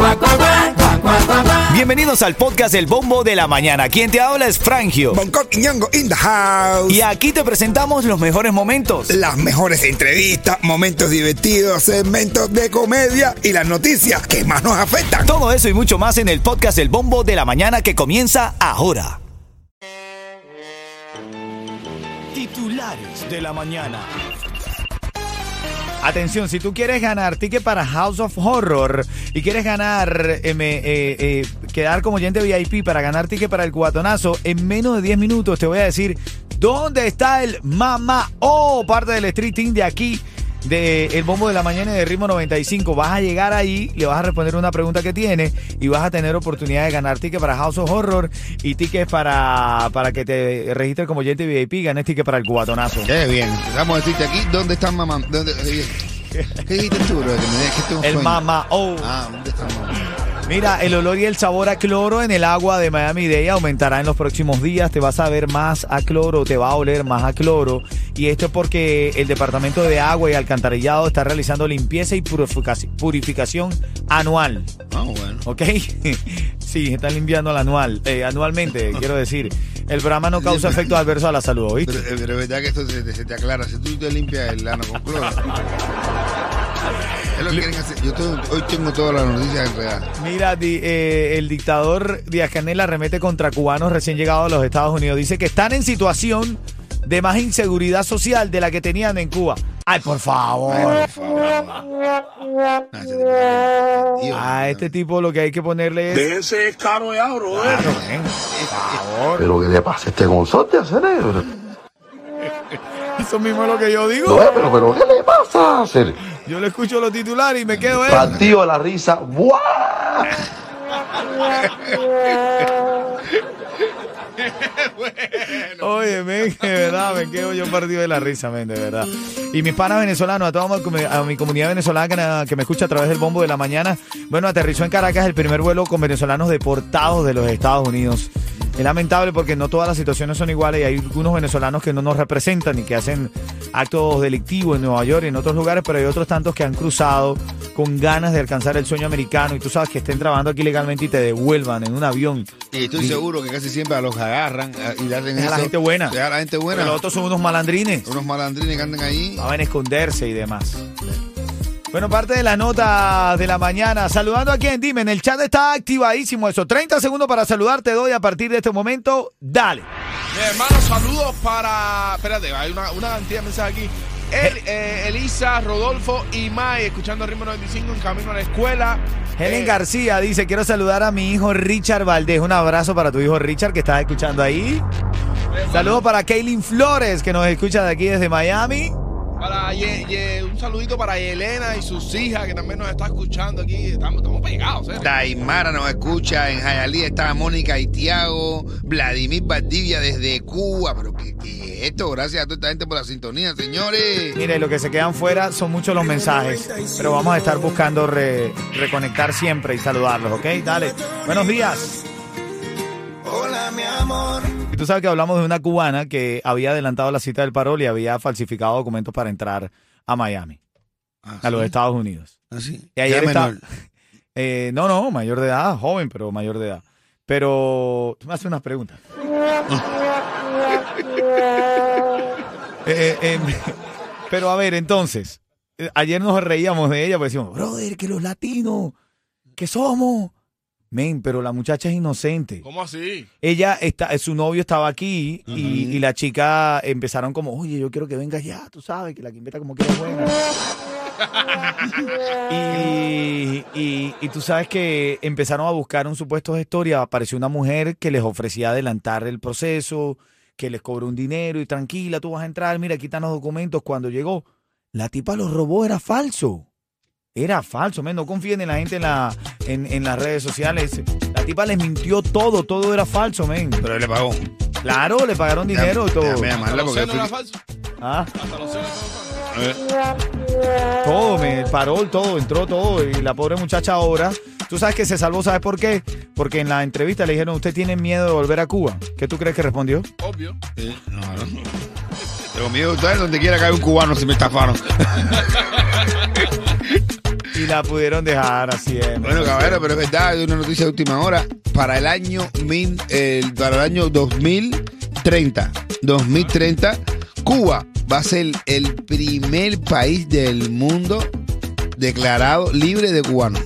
Bienvenidos al podcast El Bombo de la Mañana. Quien te habla es Frangio. Bangkok y Ñongo in the house. Y aquí te presentamos los mejores momentos. Las mejores entrevistas, momentos divertidos, segmentos de comedia y las noticias que más nos afectan. Todo eso y mucho más en el podcast El Bombo de la Mañana que comienza ahora. Titulares de la mañana. Atención, si tú quieres ganar ticket para House of Horror y quieres ganar, quedar como oyente VIP para ganar ticket para el cubatonazo, en menos de 10 minutos te voy a decir dónde está el Mamá O, parte del Street Team de aquí, de El Bombo de la Mañana y de Ritmo 95. Vas a llegar ahí, le vas a responder una pregunta que tiene y vas a tener oportunidad de ganar ticket para House of Horror y tickets para que te registres como oyente VIP, ganes ticket para el cubatonazo. Qué bien. Vamos a decirte aquí, ¿dónde está mamá? ¿Qué dijiste tú, bro? El Mamá O. ¿Dónde está mamá? Mira, el olor y el sabor a cloro en el agua de Miami-Dade aumentará en los próximos días. Te vas a ver más a cloro, te va a oler más a cloro. Y esto es porque el Departamento de Agua y Alcantarillado está realizando limpieza y purificación anual. Bueno. ¿Ok? Sí, están limpiando anualmente, quiero decir. El programa no causa efectos adversos a la salud, ¿oíste? Pero es verdad que esto se te aclara. Si tú te limpias el ano con cloro. Es lo que quieren hacer. Hoy tengo todas las noticias enredadas. Mira, el dictador Díaz-Canel arremete contra cubanos recién llegados a los Estados Unidos. Dice que están en situación de más inseguridad social de la que tenían en Cuba. ¡Ay, por favor! A este tipo lo que hay que ponerle es... Déjense descaro ya, brother. Por favor. Pero ¿qué le pasa a este consorte, cerebro? Eso mismo es lo que yo digo. No, pero ¿qué le pasa, cerebro? Yo le escucho los titulares y me quedo en... Partido de la risa. ¡Buah! Oye, men, de verdad, me quedo yo partido de la risa, men, de verdad. Y mis panas venezolanos, a mi comunidad venezolana que me escucha a través del Bombo de la Mañana, bueno, aterrizó en Caracas el primer vuelo con venezolanos deportados de los Estados Unidos. Es lamentable porque no todas las situaciones son iguales y hay algunos venezolanos que no nos representan y que hacen actos delictivos en Nueva York y en otros lugares, pero hay otros tantos que han cruzado con ganas de alcanzar el sueño americano y tú sabes que estén trabajando aquí legalmente y te devuelvan en un avión. Y estoy seguro que casi siempre a los agarran y le hacen eso. A la gente buena. A la gente buena. Pero los otros son unos malandrines. Unos malandrines que andan ahí. Van a esconderse y demás. Bueno, parte de la nota de la mañana. Saludando a quien, dime, en el chat está activadísimo eso. 30 segundos para saludar, te doy a partir de este momento. Dale. Mi hermano, saludos para... Espérate, hay una cantidad de mensajes aquí. Elisa, Rodolfo y May, escuchando Ritmo 95 en camino a la escuela. Helen García dice, quiero saludar a mi hijo Richard Valdés. Un abrazo para tu hijo Richard que estás escuchando ahí. Saludos para Kaylin Flores que nos escucha de aquí desde Miami. Un saludito para Elena y sus hijas que también nos está escuchando aquí. Estamos pegados, ¿eh? Daimara nos escucha, en Hialeah está Mónica y Tiago, Vladimir Valdivia desde Cuba. Pero ¿qué es esto? Gracias a toda esta gente por la sintonía, señores. Mire, lo que se quedan fuera son muchos los mensajes, pero vamos a estar buscando reconectar siempre y saludarlos, ¿ok? Dale. Buenos días. Hola, mi amor. Y tú sabes que hablamos de una cubana que había adelantado la cita del parol y había falsificado documentos para entrar a Miami, a los Estados Unidos. ¿Sí? Y ayer está... no, mayor de edad, joven, pero mayor de edad. Pero tú me haces unas preguntas. Pero a ver, entonces, ayer nos reíamos de ella, pues decíamos, brother, que los latinos, ¿qué somos? Men, pero la muchacha es inocente. ¿Cómo así? Su novio estaba aquí y la chica empezaron como, oye, yo quiero que vengas ya, tú sabes, que la quimbeta como que es buena. y tú sabes que empezaron a buscar un supuesto gestor y apareció una mujer que les ofrecía adelantar el proceso, que les cobró un dinero y tranquila, tú vas a entrar, mira, aquí están los documentos. Cuando llegó, la tipa los robó, era falso. Era falso, men, no confíen en la gente en las redes sociales. La tipa les mintió todo era falso, men. Pero él le pagó. Claro, le pagaron dinero y todo. Déjame llamarla porque ¿No era falso? ¿Ah? Hasta los celos todo falso. Todo, el parol, todo, entró todo. Y la pobre muchacha ahora, tú sabes que se salvó, ¿sabes por qué? Porque en la entrevista le dijeron, ¿usted tiene miedo de volver a Cuba? ¿Qué tú crees que respondió? Obvio. No. Tengo miedo, ¿sabes? Donde quiera que haya un cubano se me estafaron. Y la pudieron dejar, así es. Bueno, caballero, pero es verdad, hay una noticia de última hora. Para el año 2030, Cuba va a ser el primer país del mundo declarado libre de cubanos.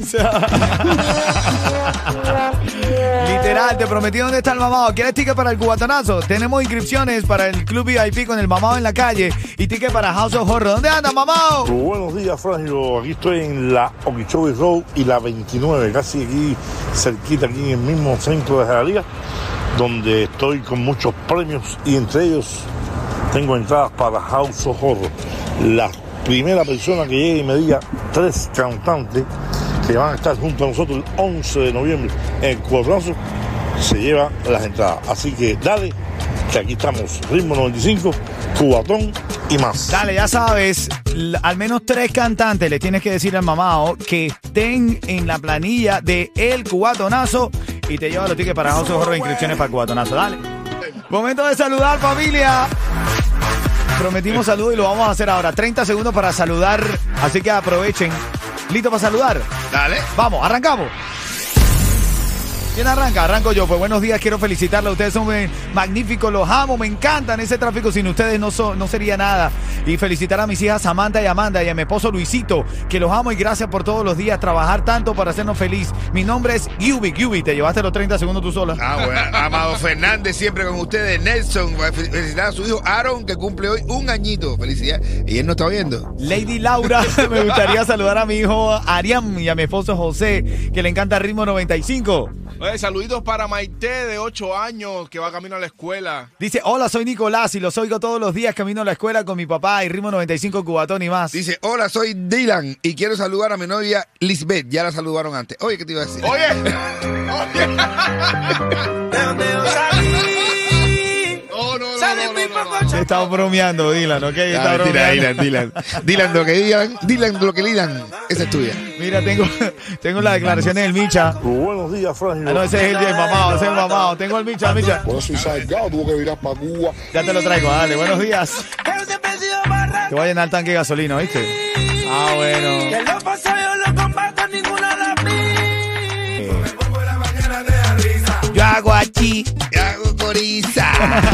Literal, te prometí dónde está el mamado. ¿Quieres ticket para el cubatonazo? Tenemos inscripciones para el Club VIP con el mamado en la calle y ticket para House of Horror. ¿Dónde anda, mamado? Buenos días, Frangio. Aquí estoy en la Okeechobee Road y la 29, casi aquí cerquita, aquí en el mismo centro de Jayalía, donde estoy con muchos premios y entre ellos tengo entradas para House of Horror. La primera persona que llegue y me diga 3 cantantes que van a estar junto a nosotros el 11 de noviembre en el Cubatonazo, se lleva las entradas. Así que dale, que aquí estamos, Ritmo 95, Cubatón y más. Dale, ya sabes, al menos 3 cantantes le tienes que decir al mamado que estén en la planilla de El Cubatonazo y te lleva los tickets para House of Horror e inscripciones para el Cubatonazo. Dale. Momento de saludar, familia. Prometimos saludo y lo vamos a hacer ahora. 30 segundos para saludar, así que aprovechen. ¿Listo para saludar? Dale. Vamos, arrancamos. ¿Quién arranca? Arranco yo. Pues buenos días, quiero felicitarlos. Ustedes son magníficos, los amo, me encantan. Ese tráfico sin ustedes no sería nada. Y felicitar a mis hijas Samantha y Amanda y a mi esposo Luisito, que los amo y gracias por todos los días trabajar tanto para hacernos feliz. Mi nombre es Yubi. Te llevaste los 30 segundos tú sola. Ah, bueno. Amado Fernández, siempre con ustedes. Nelson, felicitar a su hijo Aaron, que cumple hoy 1 añito. Felicidades. Y él no está viendo. Lady Laura, me gustaría saludar a mi hijo Ariam y a mi esposo José, que le encanta Ritmo 95. Oye, saluditos para Maite, de 8 años, que va camino a la escuela. Dice, hola, soy Nicolás y los oigo todos los días camino a la escuela con mi papá y Ritmo 95 Cubatón y más. Dice, hola, soy Dylan y quiero saludar a mi novia Lisbeth. Ya la saludaron antes. Oye, ¿qué te iba a decir? Oye. No. Estamos bromeando, Dylan, ¿ok? Está bromeando. Dylan, lo que Dylan, esa es tuya. Mira, tengo las declaraciones del Micha. Buenos días, Frangio. Ah, no, ese es el mamado, ese es el mamado. Tengo el Micha. Por eso Isaac Gao tuvo que virar para Cuba. Ya te lo traigo, dale, buenos días. Te voy a llenar el tanque de gasolina, ¿viste? Ah, bueno. Yo hago aquí. Yo hago coriza.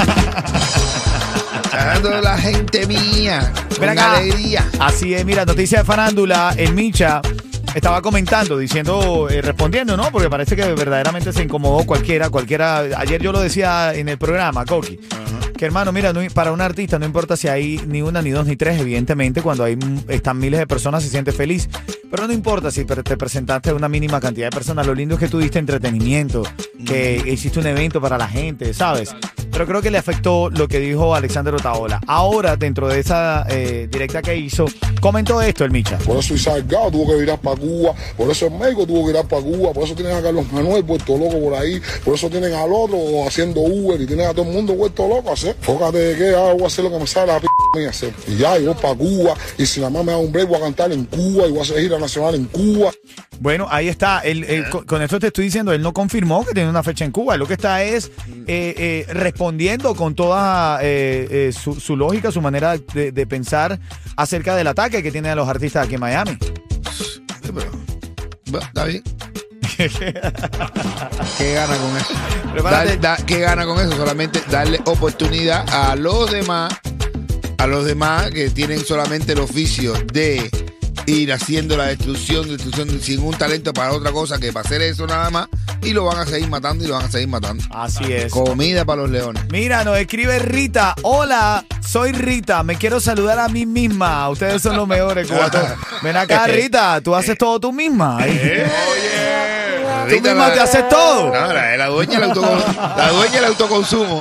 Dando la gente mía. Ven Con acá. alegría. Así es, mira, noticia de farándula, el Micha estaba comentando, diciendo, respondiendo, ¿no? Porque parece que verdaderamente se incomodó cualquiera. Ayer yo lo decía en el programa, Coqui. Que hermano, mira, para un artista no importa si hay ni 1, ni 2, ni 3, evidentemente cuando están miles de personas se siente feliz, pero no importa si te presentaste a una mínima cantidad de personas, lo lindo es que tú diste entretenimiento, que hiciste un evento para la gente, ¿sabes? Pero creo que le afectó lo que dijo Alexander Otaola. Ahora, dentro de esa directa que hizo, comentó esto el Micha. Por eso Isaac Gao tuvo que virar para Cuba. Por eso el México tuvo que virar para Cuba. Por eso tienen a Carlos Manuel vuelto loco por ahí. Por eso tienen al otro haciendo Uber y tienen a todo el mundo vuelto loco. Fócate de que voy a hacer lo que me sale la p*** mía hacer. Y ya, yo voy para Cuba. Y si la mamá me da un break, voy a cantar en Cuba y voy a hacer gira nacional en Cuba. Bueno, ahí está. Con esto te estoy diciendo, él no confirmó que tiene una fecha en Cuba. Lo que está es respondiendo con toda su lógica, su manera de pensar acerca del ataque que tienen a los artistas aquí en Miami. Sí, pero, está bien. ¿Qué gana con eso? ¿Qué gana con eso? Solamente darle oportunidad a los demás que tienen solamente el oficio de ir haciendo la destrucción sin un talento para otra cosa que para hacer eso nada más, y lo van a seguir matando y lo van a seguir matando. Así es. Comida para los leones. Mira, nos escribe Rita. Hola, soy Rita. Me quiero saludar a mí misma. Ustedes son los mejores, cubatón. Ven acá, Rita. Tú haces todo tú misma. Oye. Tú misma te haces todo. No, la dueña del autoconsumo.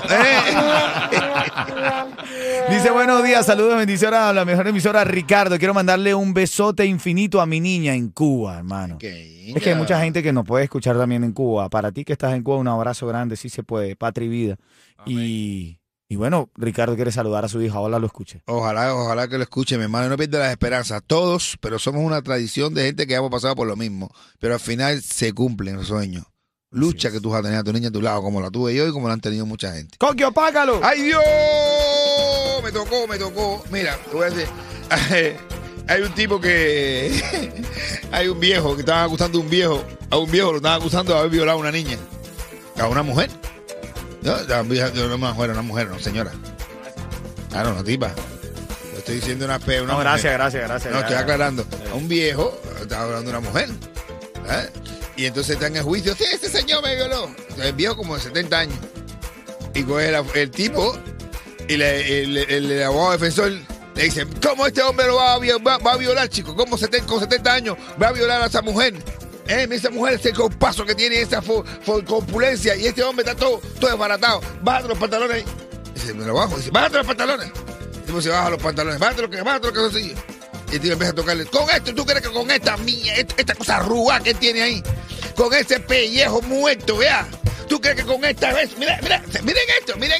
Dice, buenos días, saludos, bendiciones a la mejor emisora, Ricardo. Quiero mandarle un besote infinito a mi niña en Cuba, hermano. Es que hay mucha gente que nos puede escuchar también en Cuba. Para ti que estás en Cuba, un abrazo grande, sí se puede, patria y vida. Y bueno, Ricardo quiere saludar a su hija, ojalá lo escuche. Ojalá que lo escuche, mi hermano. No pierda las esperanzas. Todos, pero somos una tradición de gente que hemos pasado por lo mismo. Pero al final se cumplen los sueños. Lucha que tú vas a tener a tu niña a tu lado, como la tuve yo y como la han tenido mucha gente. ¡Coquio, apágalo! ¡Ay, Dios! Me tocó. Mira, te voy a decir. hay un tipo que... hay un viejo que estaban acusando a un viejo lo estaban acusando de haber violado a una niña. A una mujer. No, una mujer, no, señora. Claro, una tipa. Yo estoy diciendo una mujer. Gracias. No, estoy aclarando. A un viejo, estaba hablando de una mujer. ¿Eh? Y entonces está en el juicio. Sí, este señor me violó. El viejo como de 70 años. Y coge el tipo y el abogado defensor le dice, ¿cómo este hombre lo va a violar, chico? ¿Cómo con 70 años va a violar a esa mujer? Esa mujer, ese paso que tiene, esa corpulencia, y este hombre está todo desbaratado. Bájate los pantalones. Dice, me lo bajo. Dice, bájate los pantalones. El tipo se baja los pantalones. Bájate los calzoncillos. Y el tipo empieza a tocarle. Con esto, ¿tú crees que con esta cosa arrugada que él tiene ahí? Con ese pellejo muerto, vea. ¿Tú crees que con esta vez? Miren esto. Mira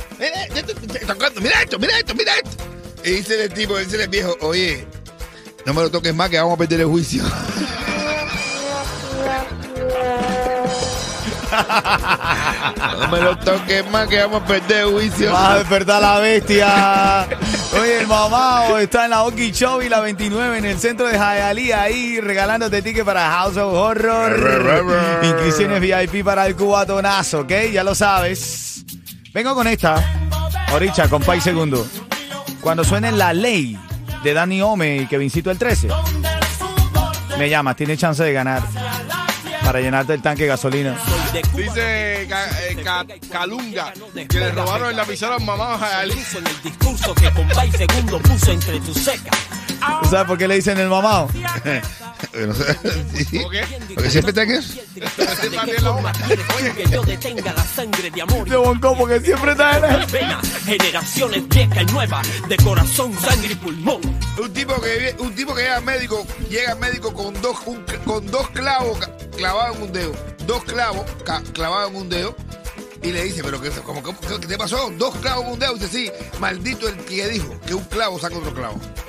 esto. Y dice el tipo, dice el viejo, oye, no me lo toques más que vamos a perder el juicio. No me lo toques más que vamos a perder el juicio. Va a despertar la bestia. Oye, el mamado está en la Okeechobee, la 29, en el centro de Hialeah, ahí regalándote tickets para House of Horror. Inscripciones VIP para el cubatonazo, ¿ok? Ya lo sabes. Vengo con esta. Ahorita, con Pai Segundo. Cuando suene La Ley de Danny Ome y Kevincito el 13, me llamas, tienes chance de ganar para llenarte el tanque de gasolina. Dice Calunga que le robaron el lapicero al mamá a él. En el discurso que con Pai Segundo puso entre tus secas. ¿Tú sabes por qué le dicen el mamado? No sé. ¿Por qué? Porque siempre está aquí. Que yo detenga la sangre de amor. De Bonco, porque siempre está en él. Generaciones viejas y nuevas, de corazón, sangre y pulmón. Un tipo que llega al médico con dos clavos clavados en un dedo. Dos clavos clavados en un dedo. Y le dice, ¿pero qué te pasó? ¿Dos clavos en un dedo? Y dice, sí, maldito el que dijo que un clavo saca otro clavo.